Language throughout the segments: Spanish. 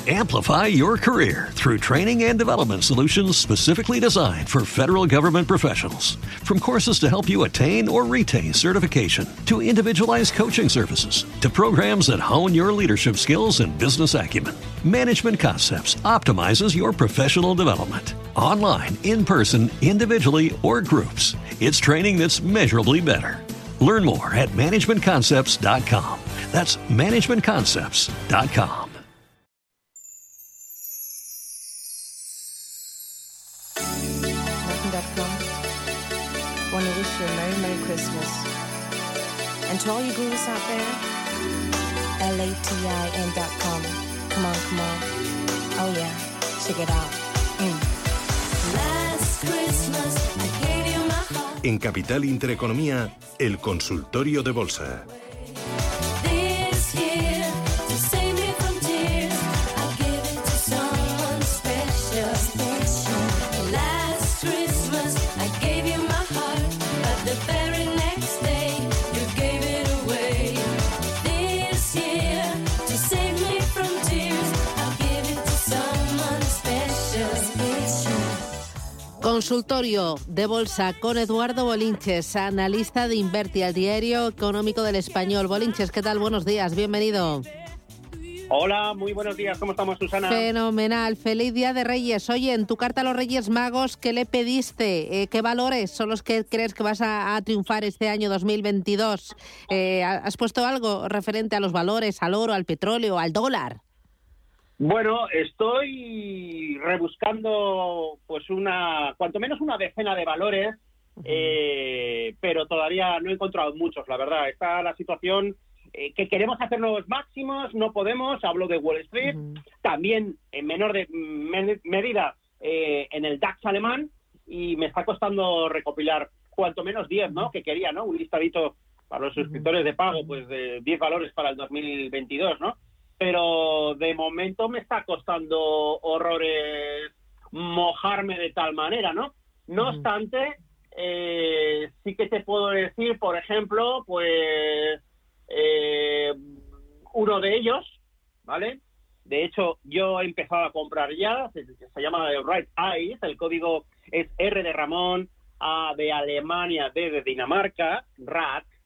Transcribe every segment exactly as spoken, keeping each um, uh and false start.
Amplify your career through training and development solutions specifically designed for federal government professionals. From courses to help you attain or retain certification, to individualized coaching services, to programs that hone your leadership skills and business acumen, Management Concepts optimizes your professional development. Online, in person, individually, or groups, it's training that's measurably better. Learn more at management concepts dot com. That's management concepts dot com. Want to wish you a Merry, Merry Christmas. And to all you gurus out there, L A T I N dot com. Come on, come on. Oh yeah, check it out. Mm. Last Christmas, I gave you my heart. En Capital Intereconomía, el consultorio de bolsa. Consultorio de bolsa con Eduardo Bolinches, analista de Inverti, al diario económico del Español. Bolinches, ¿qué tal? Buenos días, bienvenido. Hola, muy buenos días, ¿cómo estamos, Susana? Fenomenal, feliz Día de Reyes. Oye, en tu carta a los Reyes Magos, ¿qué le pediste? Eh, ¿Qué valores son los que crees que vas a, a triunfar este año dos mil veintidós? Eh, ¿Has puesto algo referente a los valores, al oro, al petróleo, al dólar? Bueno, estoy rebuscando pues una, cuanto menos una decena de valores, uh-huh. eh, pero todavía no he encontrado muchos, la verdad. Está la situación eh, que queremos hacer nuevos máximos, no podemos, hablo de Wall Street, uh-huh. también en menor de, me, medida eh, en el DAX alemán, y me está costando recopilar cuanto menos diez, ¿no? Que quería, ¿no? Un listadito para los suscriptores uh-huh. de pago, pues de diez valores para el dos mil veintidós, ¿no? Pero de momento me está costando horrores mojarme de tal manera, ¿no? No mm. obstante, eh, sí que te puedo decir, por ejemplo, pues eh, uno de ellos, ¿vale? De hecho, yo he empezado a comprar ya, se, se llama Right Eyes, el código es R de Ramón, A de Alemania, D de Dinamarca, R A T.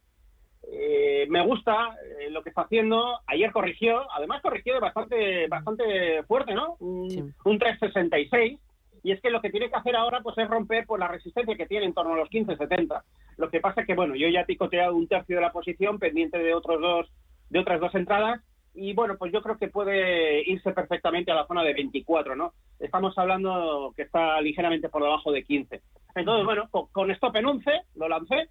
Eh, me gusta eh, lo que está haciendo. Ayer corrigió, además corrigió bastante bastante fuerte, ¿no? Un, sí. un tres sesenta y seis, y es que lo que tiene que hacer ahora pues es romper pues la resistencia que tiene en torno a los quince setenta. Lo que pasa es que, bueno, yo ya he picoteado un tercio de la posición pendiente de otros dos de otras dos entradas, y bueno, pues yo creo que puede irse perfectamente a la zona de veinticuatro, ¿no? Estamos hablando que está ligeramente por debajo de quince. Entonces, bueno, con, con stop en once lo lancé,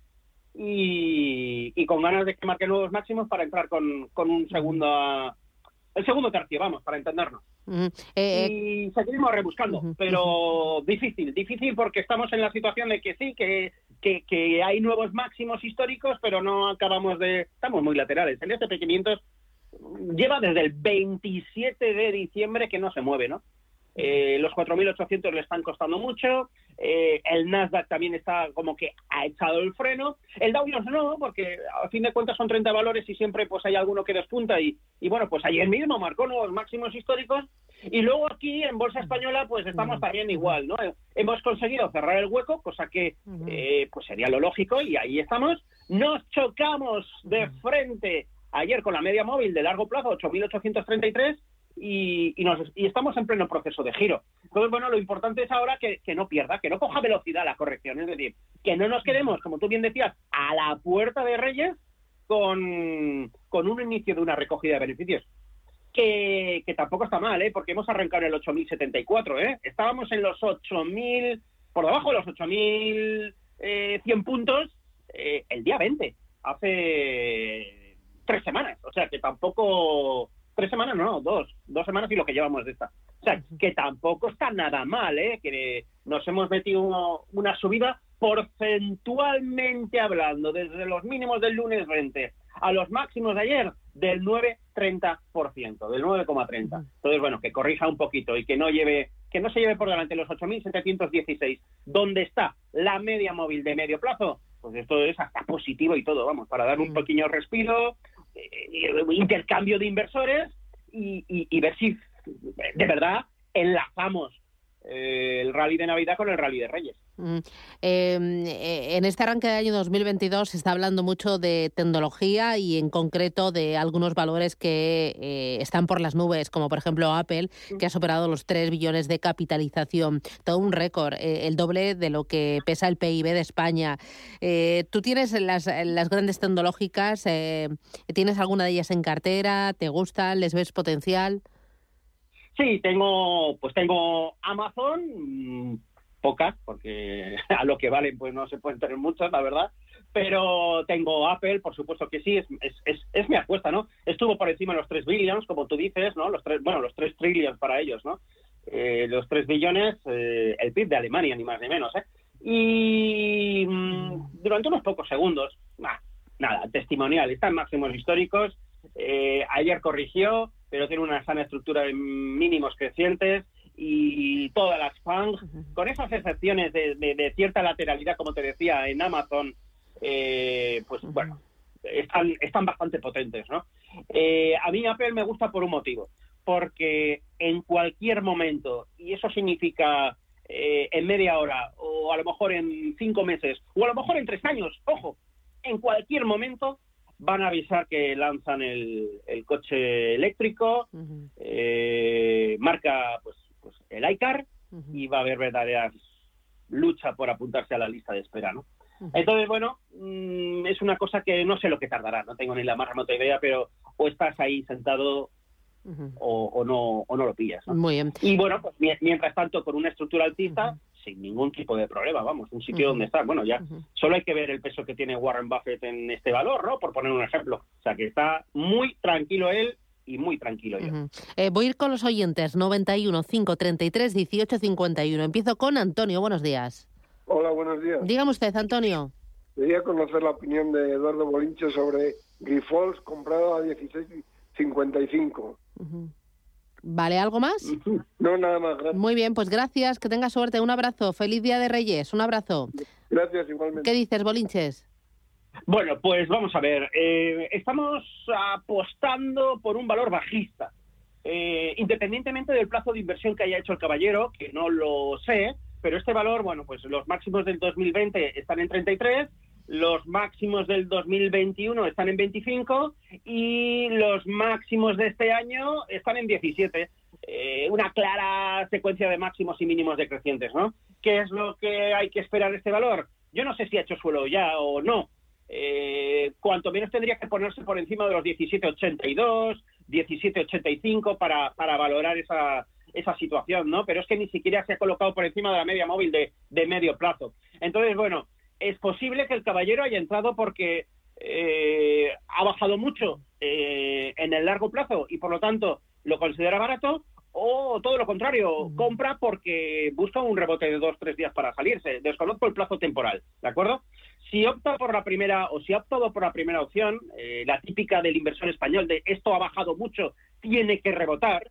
Y, y con ganas de que marque nuevos máximos para entrar con, con un segundo, el segundo tercio, vamos, para entendernos. Uh-huh. Eh, y seguimos rebuscando, uh-huh. pero difícil, difícil porque estamos en la situación de que sí, que, que, que hay nuevos máximos históricos, pero no acabamos de... Estamos muy laterales. El ese and pe quinientos lleva desde el veintisiete de diciembre que no se mueve, ¿no? Eh, los cuatro mil ochocientos le están costando mucho, eh, el Nasdaq también está como que ha echado el freno, el Dow Jones no, porque a fin de cuentas son treinta valores y siempre pues hay alguno que despunta, y, y bueno, pues ayer mismo marcó nuevos máximos históricos, y luego aquí en Bolsa Española pues estamos también igual, ¿no? Hemos conseguido cerrar el hueco, cosa que eh, pues sería lo lógico, y ahí estamos. Nos chocamos de frente ayer con la media móvil de largo plazo, ocho mil ochocientos treinta y tres, Y, y, nos, y estamos en pleno proceso de giro. Entonces, bueno, lo importante es ahora que, que no pierda, que no coja velocidad la corrección, es decir, que no nos quedemos, como tú bien decías, a la puerta de Reyes con, con un inicio de una recogida de beneficios, que, que tampoco está mal, ¿eh? Porque hemos arrancado en el ocho mil setenta y cuatro, ¿eh? Estábamos en los ocho mil, por debajo de los ocho mil cien puntos eh, el día veinte, hace tres semanas, o sea que tampoco... Tres semanas, no, dos. Dos semanas y lo que llevamos de esta. O sea, que tampoco está nada mal, ¿eh? Que nos hemos metido una subida porcentualmente hablando, desde los mínimos del lunes veinte a los máximos de ayer, del nueve coma treinta por ciento, del nueve coma treinta. Entonces, bueno, que corrija un poquito y que no lleve, que no se lleve por delante los ocho mil setecientos dieciséis, donde está la media móvil de medio plazo. Pues esto es hasta positivo y todo, vamos, para dar un pequeño respiro, eh, intercambio de inversores y, y, y ver si de verdad enlazamos eh, el Rally de Navidad con el Rally de Reyes. Mm. Eh, en este arranque de año dos mil veintidós se está hablando mucho de tecnología y en concreto de algunos valores que eh, están por las nubes, como por ejemplo Apple, que ha superado los tres billones de capitalización, todo un récord, eh, el doble de lo que pesa el P I B de España. Eh, ¿Tú tienes las, las grandes tecnológicas? Eh, ¿Tienes alguna de ellas en cartera? ¿Te gustan? ¿Les ves potencial? Sí, tengo, pues tengo Amazon, pocas, porque a lo que valen pues no se pueden tener muchas, la verdad, pero tengo Apple, por supuesto que sí, es, es, es, es mi apuesta, ¿no? Estuvo por encima de los tres billions, como tú dices, ¿no? Los tres, bueno, los tres trillions para ellos, ¿no? Eh, los tres billones, eh, el P I B de Alemania, ni más ni menos, ¿eh? Y mmm, durante unos pocos segundos, nah, nada, testimonial, está en máximos históricos, eh, ayer corrigió, pero tiene una sana estructura de mínimos crecientes, y todas las F A N G, con esas excepciones de, de, de cierta lateralidad, como te decía, en Amazon, eh, pues bueno, están, están bastante potentes, ¿no? Eh, a mí Apple me gusta por un motivo, porque en cualquier momento, y eso significa eh, en media hora, o a lo mejor en cinco meses, o a lo mejor en tres años, ojo, en cualquier momento van a avisar que lanzan el, el coche eléctrico, uh-huh. eh, marca pues, pues el iCar, uh-huh. y va a haber verdaderas lucha por apuntarse a la lista de espera, ¿no? Uh-huh. Entonces, bueno, mmm, es una cosa que no sé lo que tardará, no tengo ni la más remota idea, pero o estás ahí sentado uh-huh. o, o no o no lo pillas, ¿no? Muy bien. Y bueno, pues mientras tanto, con una estructura altista, uh-huh. sin ningún tipo de problema, vamos, un sitio uh-huh. donde está. Bueno, ya uh-huh. solo hay que ver el peso que tiene Warren Buffett en este valor, ¿no? Por poner un ejemplo. O sea, que está muy tranquilo él y muy tranquilo yo. Uh-huh. Eh, voy a ir con los oyentes, noventa y uno, cinco treinta y tres, dieciocho cincuenta y uno. Empiezo con Antonio, buenos días. Hola, buenos días. Dígame usted, Antonio. Quería conocer la opinión de Eduardo Bolinche sobre Grifols comprado a dieciséis cincuenta y cinco. Uh-huh. ¿Vale algo más? No, nada más, gracias. Muy bien, pues gracias, que tenga suerte, un abrazo, feliz Día de Reyes, un abrazo. Gracias, igualmente. ¿Qué dices, Bolinches? Bueno, pues vamos a ver, eh, estamos apostando por un valor bajista, eh, independientemente del plazo de inversión que haya hecho el caballero, que no lo sé, pero este valor, bueno, pues los máximos del dos mil veinte están en treinta y tres, los máximos del dos mil veintiuno están en veinticinco y los máximos de este año están en diecisiete. Eh, una clara secuencia de máximos y mínimos decrecientes, ¿no? ¿Qué es lo que hay que esperar de este valor? Yo no sé si ha hecho suelo ya o no. Eh, cuanto menos tendría que ponerse por encima de los diecisiete ochenta y dos, diecisiete ochenta y cinco para, para valorar esa, esa situación, ¿no? Pero es que ni siquiera se ha colocado por encima de la media móvil de, de medio plazo. Entonces, bueno, es posible que el caballero haya entrado porque eh, ha bajado mucho eh, en el largo plazo y por lo tanto lo considera barato, o todo lo contrario, compra porque busca un rebote de dos, tres días para salirse. Desconozco el plazo temporal, ¿de acuerdo? Si opta por la primera, o si ha optado por la primera opción, eh, la típica del inversor español de esto ha bajado mucho, tiene que rebotar,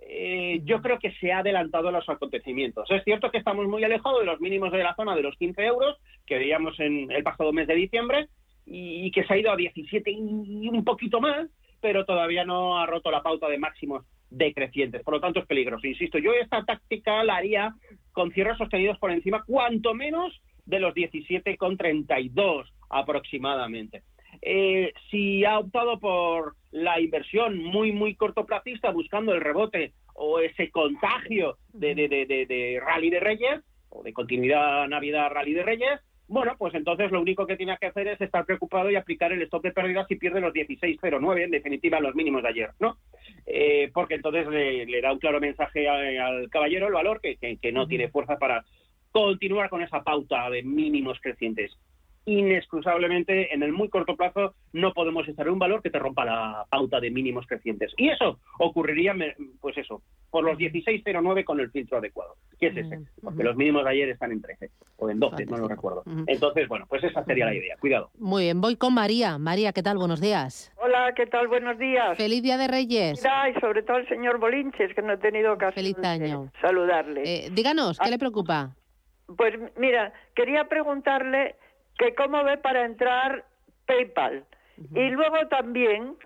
eh, yo creo que se ha adelantado a los acontecimientos. Es cierto que estamos muy alejados de los mínimos de la zona de los quince euros, que veíamos en el pasado mes de diciembre, y, y que se ha ido a diecisiete y un poquito más, pero todavía no ha roto la pauta de máximos decrecientes. Por lo tanto, es peligroso. Insisto, yo esta táctica la haría con cierres sostenidos por encima, cuanto menos de los diecisiete con treinta y dos aproximadamente. Eh, si ha optado por la inversión muy, muy cortoplacista, buscando el rebote o ese contagio de, de, de, de, de Rally de Reyes, o de continuidad Navidad Rally de Reyes, bueno, pues entonces lo único que tiene que hacer es estar preocupado y aplicar el stop de pérdidas si pierde los dieciséis cero nueve, en definitiva los mínimos de ayer, ¿no? Eh, porque entonces le, le da un claro mensaje a, al caballero el valor que, que, que no tiene fuerza para continuar con esa pauta de mínimos crecientes. Inexcusablemente, en el muy corto plazo, no podemos estar en un valor que te rompa la pauta de mínimos crecientes. Y eso ocurriría, pues eso, por los dieciséis cero nueve con el filtro adecuado, que es ese, porque los mínimos de ayer están en trece, o en doce, no lo recuerdo. Entonces, bueno, pues esa sería la idea, cuidado. Muy bien, voy con María. María, ¿qué tal? Buenos días. Hola, ¿qué tal? Buenos días. Feliz Día de Reyes. Mira, y sobre todo el señor Bolinches, que no he tenido ocasión Feliz año. de saludarle. Eh, díganos, ¿qué ah, le preocupa? Pues mira, quería preguntarle que cómo ve para entrar PayPal. Uh-huh. Y luego también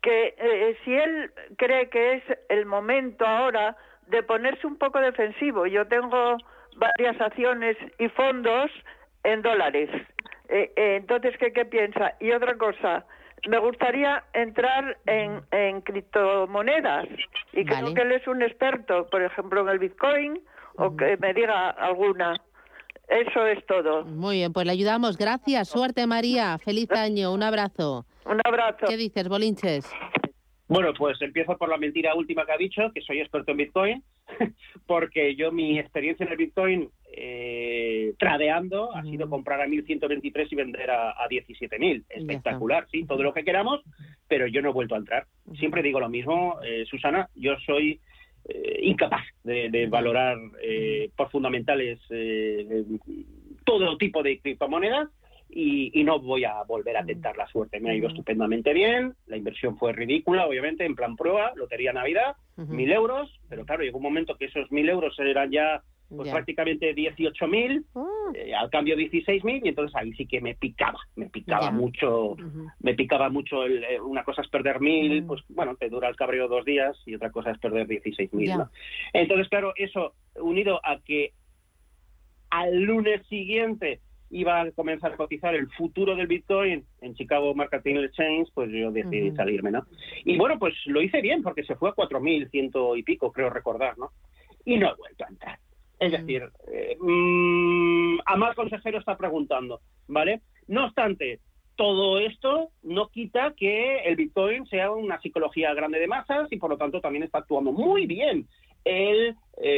que eh, si él cree que es el momento ahora de ponerse un poco defensivo. Yo tengo varias acciones y fondos en dólares. Eh, eh, entonces, ¿qué, ¿qué piensa? Y otra cosa, me gustaría entrar en, en criptomonedas y creo Vale. que él es un experto, por ejemplo, en el Bitcoin, o que me diga alguna. Eso es todo. Muy bien, pues le ayudamos. Gracias. Suerte, María. Feliz año. Un abrazo. Un abrazo. ¿Qué dices, Bolinches? Bueno, pues empiezo por la mentira última que ha dicho, que soy experto en Bitcoin, porque yo mi experiencia en el Bitcoin eh, tradeando ha sido comprar a mil ciento veintitrés y vender a, a diecisiete mil. Espectacular, sí, todo lo que queramos, pero yo no he vuelto a entrar. Siempre digo lo mismo, eh, Susana, yo soy eh, incapaz de, de valorar eh, por fundamentales eh, todo tipo de criptomonedas. Y, y no voy a volver a tentar la suerte. Me ha ido estupendamente bien, la inversión fue ridícula, obviamente, en plan prueba, Lotería Navidad, Uh-huh. mil euros, pero claro, llegó un momento que esos mil euros eran ya pues Ya. prácticamente dieciocho mil, Oh. eh, al cambio dieciséis mil, y entonces ahí sí que me picaba, me picaba Ya. mucho, Ujú. me picaba mucho, el, eh, una cosa es perder mil, Mm. pues bueno, te dura el cabreo dos días, y otra cosa es perder dieciséis mil, Ya. ¿no? Entonces, claro, eso unido a que al lunes siguiente iba a comenzar a cotizar el futuro del Bitcoin en Chicago Mercantile Exchange, pues yo decidí Ujú. salirme, ¿no? Y bueno, pues lo hice bien, porque se fue a cuatro mil ciento y pico, creo recordar, ¿no? Y no he vuelto a entrar. Es Mm. decir, eh, mmm, Amal Consejero está preguntando, ¿vale? No obstante, todo esto no quita que el Bitcoin sea una psicología grande de masas y por lo tanto también está actuando muy bien el,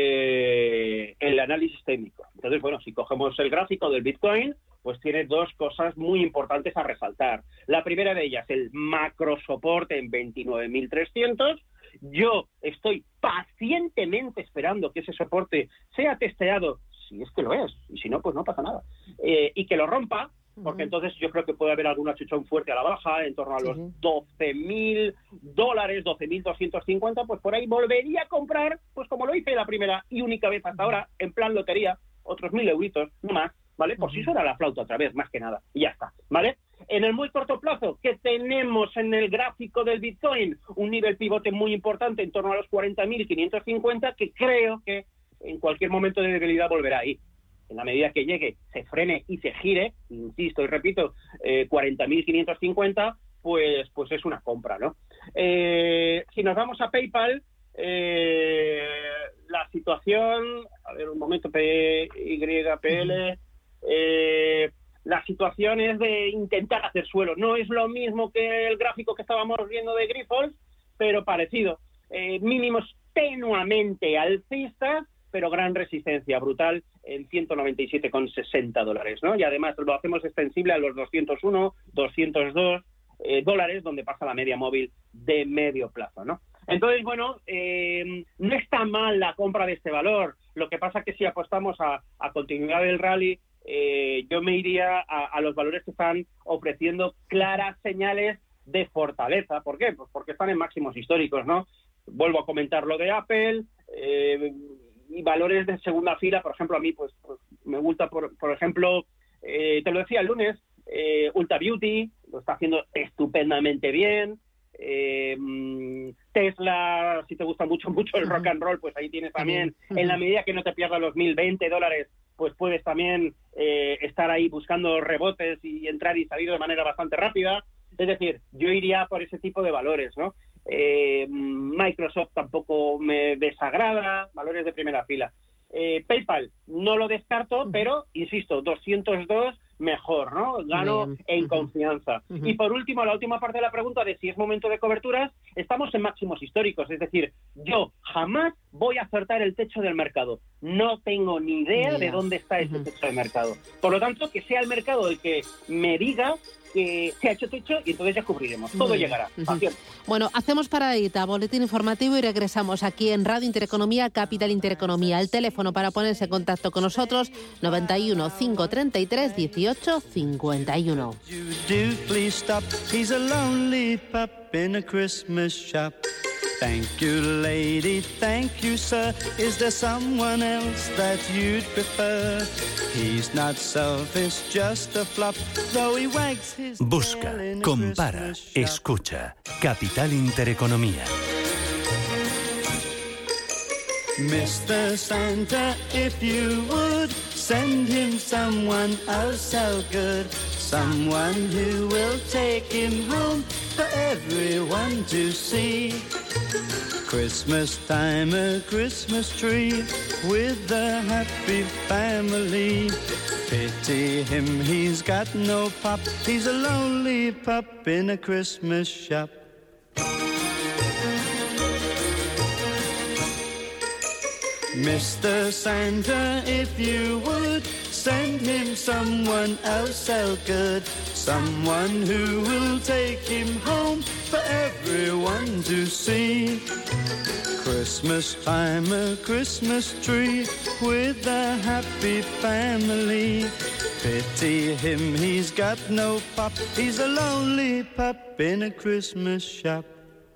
eh, el análisis técnico. Entonces, bueno, si cogemos el gráfico del Bitcoin, pues tiene dos cosas muy importantes a resaltar. La primera de ellas, el macro soporte en veintinueve mil trescientos. Yo estoy pacientemente esperando que ese soporte sea testeado, si es que lo es, y si no, pues no pasa nada, eh, y que lo rompa, porque Ujú. entonces yo creo que puede haber algún achuchón fuerte a la baja, en torno a Sí, los sí. doce mil dólares, doce mil doscientos cincuenta, pues por ahí volvería a comprar, pues como lo hice la primera y única vez hasta ahora, en plan lotería, otros mil euritos, no más, ¿vale? Por si Ujú. suena la flauta otra vez, más que nada, y ya está, ¿vale? En el muy corto plazo, ¿qué tenemos en el gráfico del Bitcoin? Un nivel pivote muy importante en torno a los cuarenta mil quinientos cincuenta, que creo que en cualquier momento de debilidad volverá ahí. En la medida que llegue, se frene y se gire, insisto y repito, eh, cuarenta mil quinientos cincuenta, pues, pues es una compra, ¿no? Eh, si nos vamos a PayPal, eh, la situación, a ver un momento, P Y P L, eh, la situación es de intentar hacer suelo. No es lo mismo que el gráfico que estábamos viendo de Grifols, pero parecido. Eh, mínimos tenuamente alcistas, pero gran resistencia brutal en ciento noventa y siete con sesenta dólares, ¿no? Y además lo hacemos extensible a los doscientos uno, doscientos dos eh, dólares, donde pasa la media móvil de medio plazo, ¿no? Entonces, bueno, eh, no está mal la compra de este valor. Lo que pasa es que si apostamos a, a continuidad del rally, eh, yo me iría a, a los valores que están ofreciendo claras señales de fortaleza. ¿Por qué? Pues porque están en máximos históricos, ¿no? Vuelvo a comentar lo de Apple, eh, y valores de segunda fila, por ejemplo, a mí pues, pues me gusta, por, por ejemplo, eh, te lo decía el lunes, eh, Ulta Beauty, lo está haciendo estupendamente bien, eh, Tesla, si te gusta mucho, mucho el rock and roll, pues ahí tienes también, Uh-huh. en la medida que no te pierdas los mil veinte dólares, pues puedes también eh, estar ahí buscando rebotes y entrar y salir de manera bastante rápida. Es decir, yo iría por ese tipo de valores, ¿no? Eh, Microsoft tampoco me desagrada, valores de primera fila. Eh, PayPal no lo descarto, pero, insisto, doscientos dos mejor, ¿no? Gano Bien. en Ujú. confianza. Ujú. Y por último, la última parte de la pregunta de si es momento de coberturas, estamos en máximos históricos, es decir, yo jamás voy a acertar el techo del mercado. No tengo ni idea Ni de idea. dónde está ese Ujú. techo del mercado. Por lo tanto, que sea el mercado el que me diga que se ha hecho techo y entonces ya cubriremos. Todo Muy bien. llegará. Ujú. Paciencia. Bueno, hacemos paradita, boletín informativo y regresamos aquí en Radio Intereconomía, Capital Intereconomía. El teléfono para ponerse en contacto con nosotros, noventa y uno, cinco treinta y tres, dieciocho cincuenta y uno. You do, please stop. He's a lonely pup in a Christmas shop. Thank you, lady, thank you, sir. Is there someone else that you'd prefer? He's not selfish, just a flop, though he wags his Busca, tail in a compara, Christmas shop. escucha. Capital Intereconomía. Mister Santa, if you would, send him someone else so good. Someone who will take him home for everyone to see. Christmas time, a Christmas tree with the happy family. Pity him, he's got no pop. He's a lonely pup in a Christmas shop. Mister Santa, if you would, send him someone else so good. Someone who will take him home for everyone to see. Christmas time, a Christmas tree with a happy family. Pity him, he's got no pop. He's a lonely pup in a Christmas shop.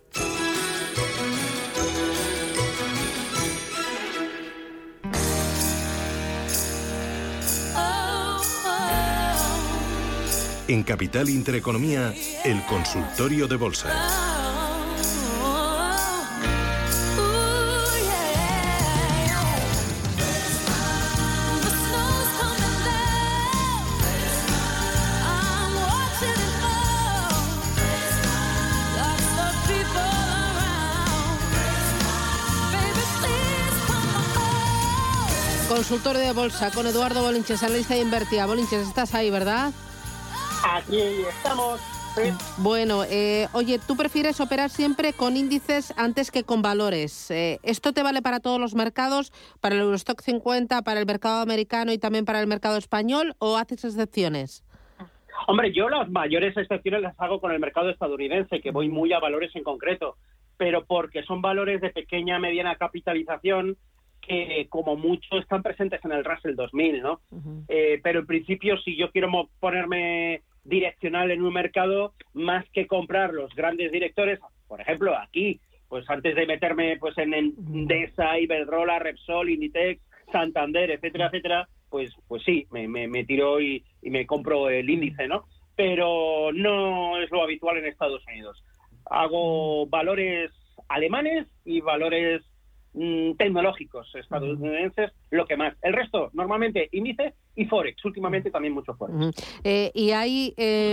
En Capital Intereconomía, el consultorio de bolsa. Consultorio de bolsa con Eduardo Bolinches, analista de Invertia. Bolinches, estás ahí, ¿verdad? Aquí estamos. Sí. Bueno, eh, oye, tú prefieres operar siempre con índices antes que con valores. Eh, ¿Esto te vale para todos los mercados, para el Eurostock cincuenta, para el mercado americano y también para el mercado español, o haces excepciones? Hombre, yo las mayores excepciones las hago con el mercado estadounidense, que voy muy a valores en concreto, pero porque son valores de pequeña, mediana capitalización que como mucho están presentes en el Russell dos mil, ¿no? Uh-huh. Eh, pero en principio, si yo quiero mo- ponerme direccional en un mercado, más que comprar los grandes directores, por ejemplo, aquí, pues antes de meterme pues en Endesa, Iberdrola, Repsol, Inditex, Santander, etcétera, etcétera, pues pues sí, me, me, me tiro y, y me compro el índice, ¿no? Pero no es lo habitual en Estados Unidos. Hago valores alemanes y valores tecnológicos estadounidenses, lo que más. El resto, normalmente, índice y Forex. Últimamente también mucho Forex. Uh-huh. Eh, ¿Y hay eh,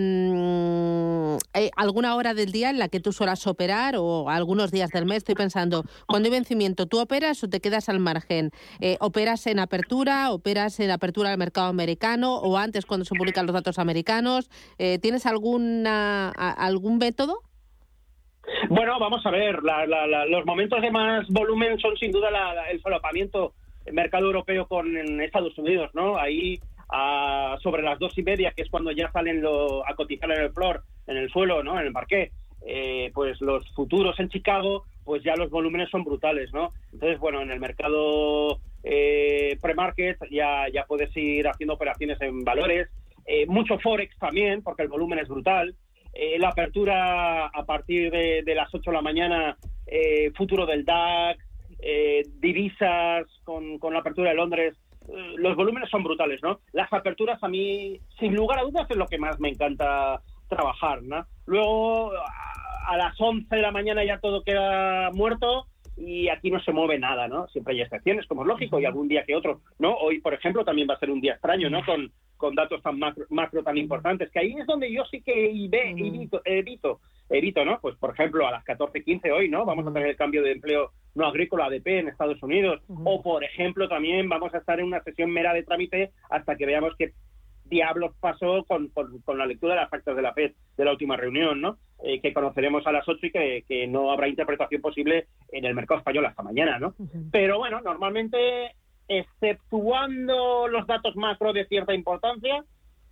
eh, alguna hora del día en la que tú suelas operar o algunos días del mes? Estoy pensando, cuando hay vencimiento, ¿tú operas o te quedas al margen? Eh, ¿Operas en apertura? ¿Operas en apertura del mercado americano o antes cuando se publican los datos americanos? Eh, ¿Tienes alguna, a, algún método? Bueno, vamos a ver, la, la, la, los momentos de más volumen son sin duda la, la, el solapamiento del mercado europeo con Estados Unidos, ¿no? Ahí a, sobre las dos y media, que es cuando ya salen lo, a cotizar en el floor, en el suelo, ¿no? En el parquet, eh, pues los futuros en Chicago, pues ya los volúmenes son brutales, ¿no? Entonces, bueno, en el mercado eh, pre-market ya, ya puedes ir haciendo operaciones en valores, eh, mucho Forex también, porque el volumen es brutal. Eh, la apertura a partir de, de las ocho de la mañana, eh, futuro del D A X, eh, divisas con, con la apertura de Londres, eh, los volúmenes son brutales, ¿no? Las aperturas a mí, sin lugar a dudas, es lo que más me encanta trabajar, ¿no? Luego, a, a las once de la mañana ya todo queda muerto y aquí no se mueve nada, ¿no? Siempre hay excepciones, como es lógico, y algún día que otro, ¿no? Hoy, por ejemplo, también va a ser un día extraño, ¿no? Con con datos tan macro, macro tan importantes, que ahí es donde yo sí que evito, evito, evito, ¿no? Pues, por ejemplo, a las catorce quince hoy, ¿no? Vamos a tener el cambio de empleo no agrícola, A D P, en Estados Unidos. Uh-huh. O, por ejemplo, también vamos a estar en una sesión mera de trámite hasta que veamos qué diablos pasó con, con, con la lectura de las actas de la F E D de la última reunión, ¿no? Eh, que conoceremos a las ocho y que, que no habrá interpretación posible en el mercado español hasta mañana, ¿no? Uh-huh. Pero, bueno, normalmente, exceptuando los datos macro de cierta importancia,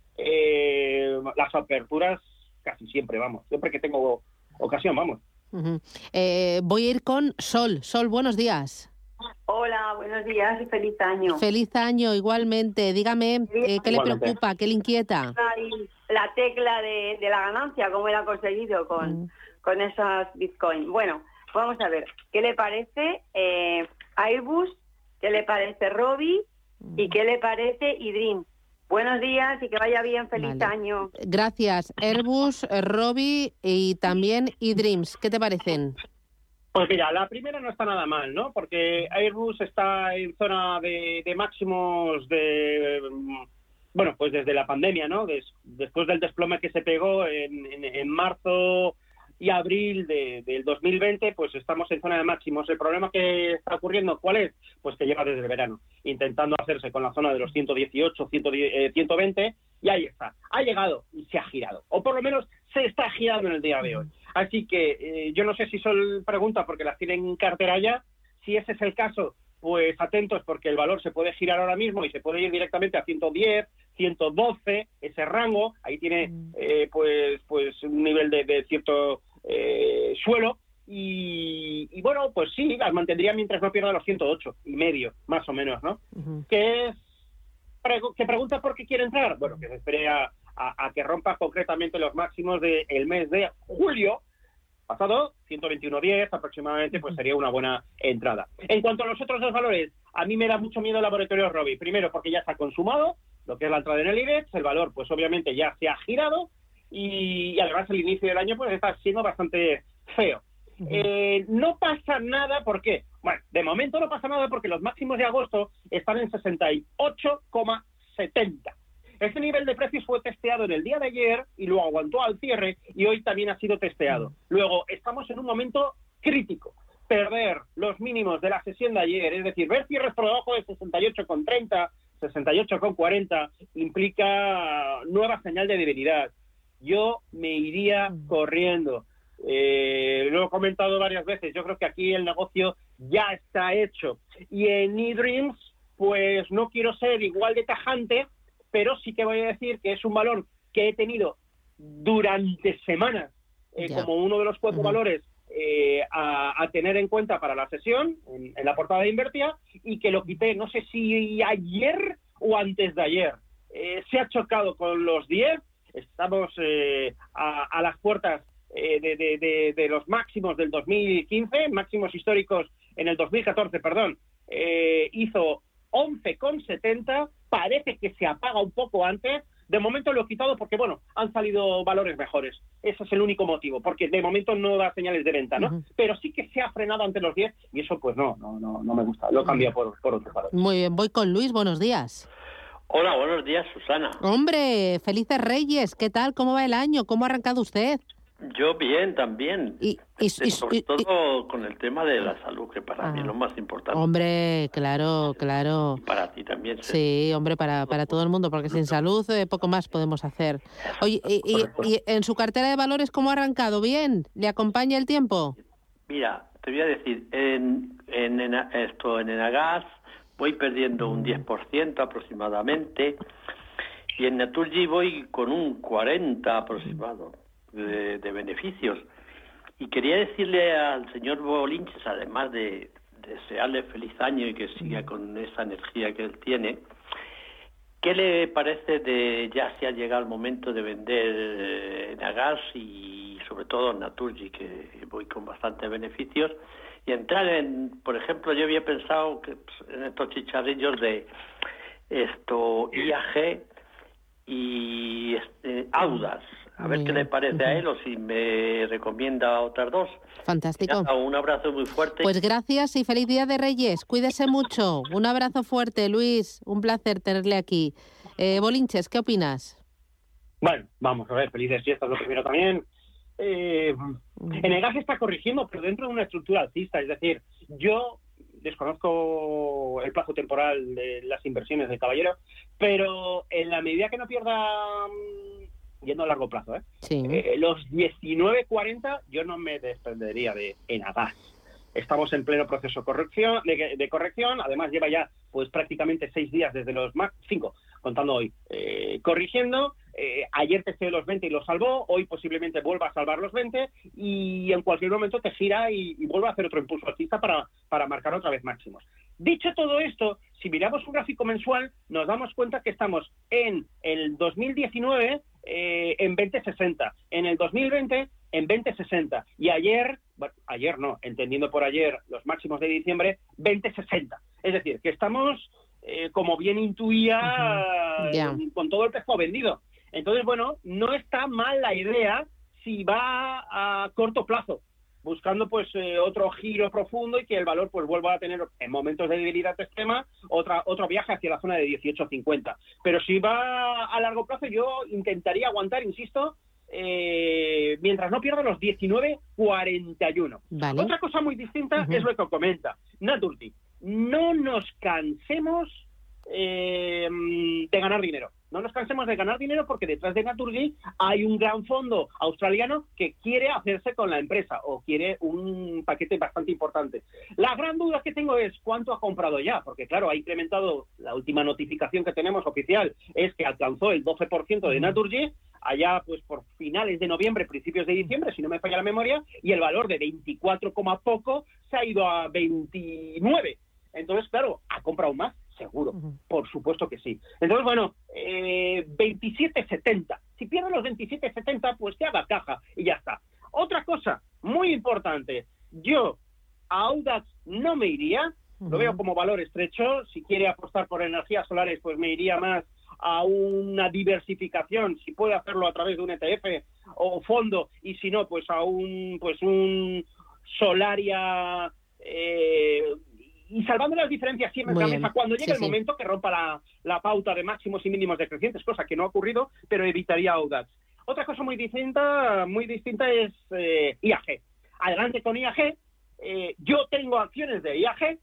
eh, las aperturas casi siempre, vamos, siempre que tengo ocasión, vamos. Uh-huh. Eh, voy a ir con Sol. Sol, buenos días. Hola, buenos días y feliz año. Feliz año, igualmente. Dígame, eh, ¿qué le preocupa, qué le inquieta? La tecla de, de la ganancia, ¿cómo la ha conseguido con, uh-huh. con esas Bitcoin? Bueno, vamos a ver, ¿qué le parece eh, Airbus? ¿Qué le parece Robi? ¿Y qué le parece eDreams? Buenos días y que vaya bien, feliz Vale. año. Gracias. Airbus, eh, Robi y también eDreams. ¿Qué te parecen? Pues mira, la primera no está nada mal, ¿no? Porque Airbus está en zona de, de máximos de... Bueno, pues desde la pandemia, ¿no? Des, después del desplome que se pegó en, en, en marzo y abril de, del dos mil veinte, pues estamos en zona de máximos. El problema que está ocurriendo, ¿cuál es? Pues que lleva desde el verano, intentando hacerse con la zona de los ciento dieciocho, ciento veinte, y ahí está. Ha llegado y se ha girado, o por lo menos se está girando en el día de hoy. Así que eh, yo no sé si son preguntas porque las tienen en cartera ya. Si ese es el caso, pues atentos, porque el valor se puede girar ahora mismo y se puede ir directamente a ciento diez, ciento doce, ese rango. Ahí tiene eh, pues pues un nivel de, de cierto eh, suelo. Y, y bueno, pues sí, las mantendría mientras no pierda los ciento ocho y medio, más o menos, ¿no? Uh-huh. ¿Qué es? ¿Que pregunta por qué quiere entrar? Bueno, que se espere a, a, a que rompa concretamente los máximos del mes de julio pasado, ciento veintiuno diez aproximadamente, pues sería una buena entrada. En cuanto a los otros dos valores, a mí me da mucho miedo el laboratorio Robi. Primero, porque ya se ha consumado lo que es la entrada en el IBEX, el valor, pues obviamente ya se ha girado, y, y además el inicio del año pues está siendo bastante feo. Uh-huh. Eh, no pasa nada, ¿por qué? Bueno, de momento no pasa nada porque los máximos de agosto están en sesenta y ocho coma setenta. Este nivel de precios fue testeado en el día de ayer y lo aguantó al cierre, y hoy también ha sido testeado. Luego, estamos en un momento crítico. Perder los mínimos de la sesión de ayer, es decir, ver cierres por debajo de sesenta y ocho coma treinta, sesenta y ocho coma cuarenta, implica nueva señal de debilidad. Yo me iría corriendo. Eh, lo he comentado varias veces, yo creo que aquí el negocio ya está hecho. Y en eDreams, pues no quiero ser igual de tajante, pero sí que voy a decir que es un valor que he tenido durante semanas eh, como uno de los cuatro uh-huh. valores eh, a, a tener en cuenta para la sesión, en, en la portada de Invertia, y que lo quité, no sé si ayer o antes de ayer. Eh, se ha chocado con los diez, estamos eh, a, a las puertas eh, de, de, de, de los máximos del dos mil quince, máximos históricos en el dos mil catorce, perdón, eh, hizo once coma setenta, parece que se apaga un poco antes. De momento lo he quitado porque, bueno, han salido valores mejores. Ese es el único motivo, porque de momento no da señales de venta, ¿no? Uh-huh. Pero sí que se ha frenado ante los diez y eso, pues no, no, no, no me gusta. Lo cambio por, por otros valores. Muy bien, voy con Luis, buenos días. Hola, buenos días, Susana. Hombre, felices Reyes, ¿qué tal? ¿Cómo va el año? ¿Cómo ha arrancado usted? Yo bien, también. Y, y, y Sobre y, todo y, con el tema de la salud, que para ah, mí es lo más importante. Hombre, claro, claro. Y para ti también. Sí, sí, hombre, para, para todo el mundo, porque sin salud eh, poco más podemos hacer. Oye, y, y, y en su cartera de valores, ¿cómo ha arrancado? ¿Bien? ¿Le acompaña el tiempo? Mira, te voy a decir, en, en, en esto en Enagas voy perdiendo un diez por ciento aproximadamente, y en Naturgy voy con un cuarenta aproximado. De, de beneficios. Y quería decirle al señor Bolinches, además de, de desearle feliz año y que siga con esa energía que él tiene, ¿qué le parece de ya se ha llegado el momento de vender eh, Nagas y sobre todo Naturgy, que voy con bastantes beneficios, y entrar en, por ejemplo, yo había pensado que pues, en estos chicharrillos de esto I A G y este, Audas. A ver qué le parece a él o si me recomienda otras dos. Fantástico. Ya, un abrazo muy fuerte. Pues gracias y feliz Día de Reyes. Cuídese mucho. Un abrazo fuerte, Luis. Un placer tenerle aquí. Eh, Bolinches, ¿qué opinas? Bueno, vamos a ver, felices fiestas lo primero también. Eh, Enagas está corrigiendo, pero dentro de una estructura alcista. Es decir, yo desconozco el plazo temporal de las inversiones del caballero, pero en la medida que no pierda... yendo a largo plazo, ¿eh? Sí. Eh, los diecinueve cuarenta yo no me desprendería de Enagas. Estamos en pleno proceso corrección, de, de corrección, además lleva ya pues prácticamente seis días desde los más cinco, contando hoy, eh, corrigiendo. Eh, ayer testé los veinte y los salvó, hoy posiblemente vuelva a salvar los veinte y en cualquier momento te gira y, y vuelve a hacer otro impulso alcista para, para marcar otra vez máximos. Dicho todo esto, si miramos un gráfico mensual, nos damos cuenta que estamos en el dos mil diecinueve eh, en veinte sesenta, en el dos mil veinte en veinte sesenta y ayer bueno, ayer no, entendiendo por ayer los máximos de diciembre, veinte sesenta. Es decir, que estamos, eh, como bien intuía, uh-huh. yeah. con todo el pescado vendido. Entonces, bueno, no está mal la idea si va a corto plazo, buscando pues eh, otro giro profundo y que el valor pues vuelva a tener en momentos de debilidad extrema otra otro viaje hacia la zona de dieciocho cincuenta. Pero si va a largo plazo yo intentaría aguantar, insisto, eh, mientras no pierda los diecinueve cuarenta y uno. Vale. Otra cosa muy distinta uh-huh. es lo que comenta Naturgy. No nos cansemos eh, de ganar dinero. No nos cansemos de ganar dinero porque detrás de Naturgy hay un gran fondo australiano que quiere hacerse con la empresa o quiere un paquete bastante importante. La gran duda que tengo es cuánto ha comprado ya, porque claro, ha incrementado, la última notificación que tenemos oficial es que alcanzó el doce por ciento de Naturgy allá pues por finales de noviembre, principios de diciembre, si no me falla la memoria, y el valor de veinticuatro, poco se ha ido a veintinueve. Entonces, claro, ha comprado más. Seguro, uh-huh. por supuesto que sí. Entonces, bueno, eh, veintisiete setenta. Si pierde los veintisiete setenta, pues que haga caja y ya está. Otra cosa muy importante, yo a Audax no me iría, uh-huh. lo veo como valor estrecho. Si quiere apostar por energías solares, pues me iría más a una diversificación, si puede hacerlo a través de un E T F o fondo, y si no, pues a un, pues un Solaria... Eh, y salvando las diferencias siempre en la mesa cuando llegue sí, el sí. momento que rompa la, la pauta de máximos y mínimos decrecientes, cosa que no ha ocurrido, pero evitaría Audax. Otra cosa muy distinta, muy distinta es eh, I A G. Adelante con I A G. Eh, yo tengo acciones de I A G,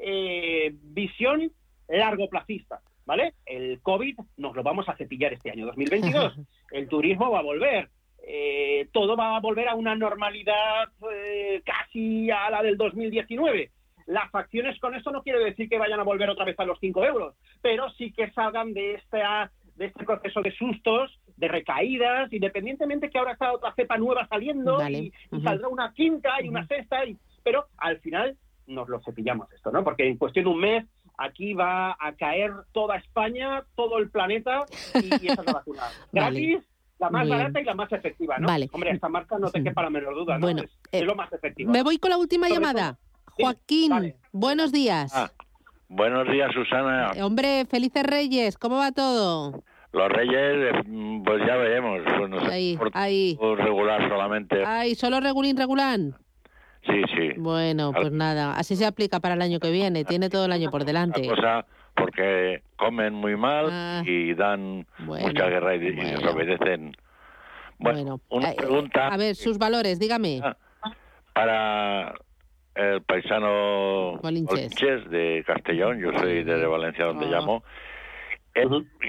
eh, visión largoplacista, ¿vale? El COVID nos lo vamos a cepillar este año dos mil veintidós. El turismo va a volver. Eh, todo va a volver a una normalidad eh, casi a la del dos mil diecinueve. Las acciones con esto no quiere decir que vayan a volver otra vez a los cinco euros, pero sí que salgan de este, de este proceso de sustos, de recaídas, independientemente que ahora está otra cepa nueva saliendo vale. y, uh-huh. y saldrá una quinta y uh-huh. una sexta, y, pero al final nos lo cepillamos esto, ¿no? Porque en cuestión de un mes aquí va a caer toda España, todo el planeta, y, y esa es la vacuna. Gratis. Vale. La más Bien. barata y la más efectiva, ¿no? Vale. Hombre, esta marca no te quepa la menor duda, ¿no? Bueno, es, eh, es lo más efectivo. Me voy con la última Sobre llamada. Todo, Joaquín, sí, vale. buenos días. Ah, buenos días, Susana. Eh, hombre, felices Reyes, ¿cómo va todo? Los Reyes, pues ya veremos. Bueno, ahí, ahí. Regular solamente. Ay, ¿solo regulín, regulán? Sí, sí. Bueno, pues nada, así se aplica para el año que viene, tiene todo el año por delante. Una cosa, porque comen muy mal ah, y dan bueno, mucha guerra y, bueno. y desobedecen. Bueno, bueno, una eh, pregunta... A ver, sus valores, dígame. Para... el paisano Bolinches. Bolinches de Castellón, yo soy de Valencia donde oh. llamo. Es,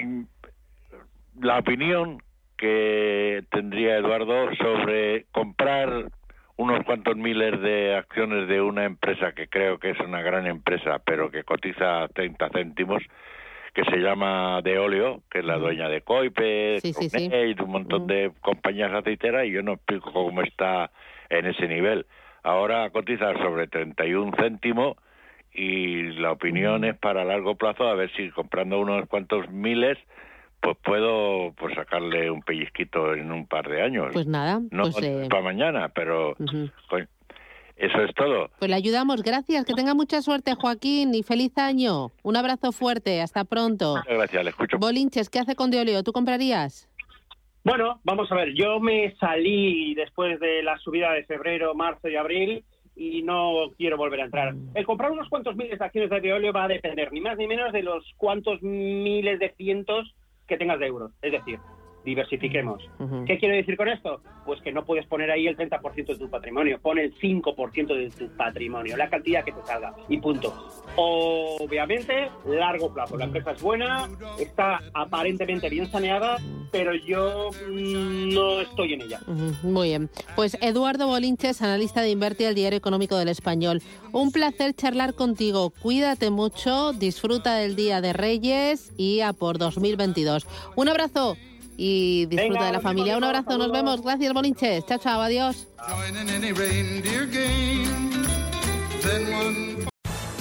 la opinión que tendría Eduardo sobre comprar unos cuantos miles de acciones de una empresa que creo que es una gran empresa, pero que cotiza treinta céntimos, que se llama Deolio, que es la dueña de Coipe, sí, sí, sí. y un montón uh. de compañías aceiteras, y yo no explico cómo está en ese nivel. Ahora cotiza sobre treinta y un céntimos y la opinión es para largo plazo, a ver si comprando unos cuantos miles, pues puedo pues sacarle un pellizquito en un par de años. Pues nada. No pues, eh... para mañana, pero uh-huh. pues, eso es todo. Pues le ayudamos, gracias. Que tenga mucha suerte, Joaquín, y feliz año. Un abrazo fuerte, hasta pronto. Muchas gracias, le escucho. Bolinches, ¿qué hace con Deolio? ¿Tú comprarías? Bueno, vamos a ver, yo me salí después de la subida de febrero, marzo y abril y no quiero volver a entrar. El comprar unos cuantos miles de acciones de Deolio va a depender ni más ni menos de los cuantos miles de cientos que tengas de euros. Es decir, diversifiquemos. Uh-huh. ¿Qué quiero decir con esto? Pues que no puedes poner ahí el treinta por ciento de tu patrimonio, pon el cinco por ciento de tu patrimonio, la cantidad que te salga, y punto. Obviamente, largo plazo. La empresa es buena, está aparentemente bien saneada, pero yo mmm, no estoy en ella. Uh-huh. Muy bien. Pues Eduardo Bolinches, analista de Inverti, el Diario Económico del Español. Un placer charlar contigo. Cuídate mucho, disfruta del Día de Reyes y a por dos mil veintidós. Un abrazo. Y disfruta Venga, de la familia. Un abrazo, nos vemos. Gracias, Bolinches. Chao, chao, adiós.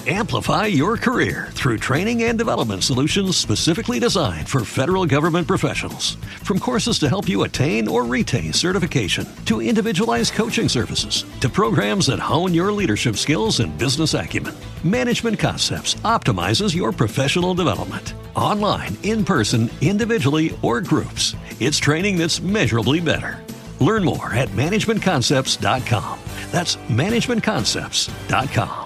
Amplify your career through training and development solutions specifically designed for federal government professionals. From courses to help you attain or retain certification, to individualized coaching services, to programs that hone your leadership skills and business acumen, Management Concepts optimizes your professional development. Online, in person, individually, or groups, it's training that's measurably better. Learn more at management concepts dot com. That's management concepts dot com.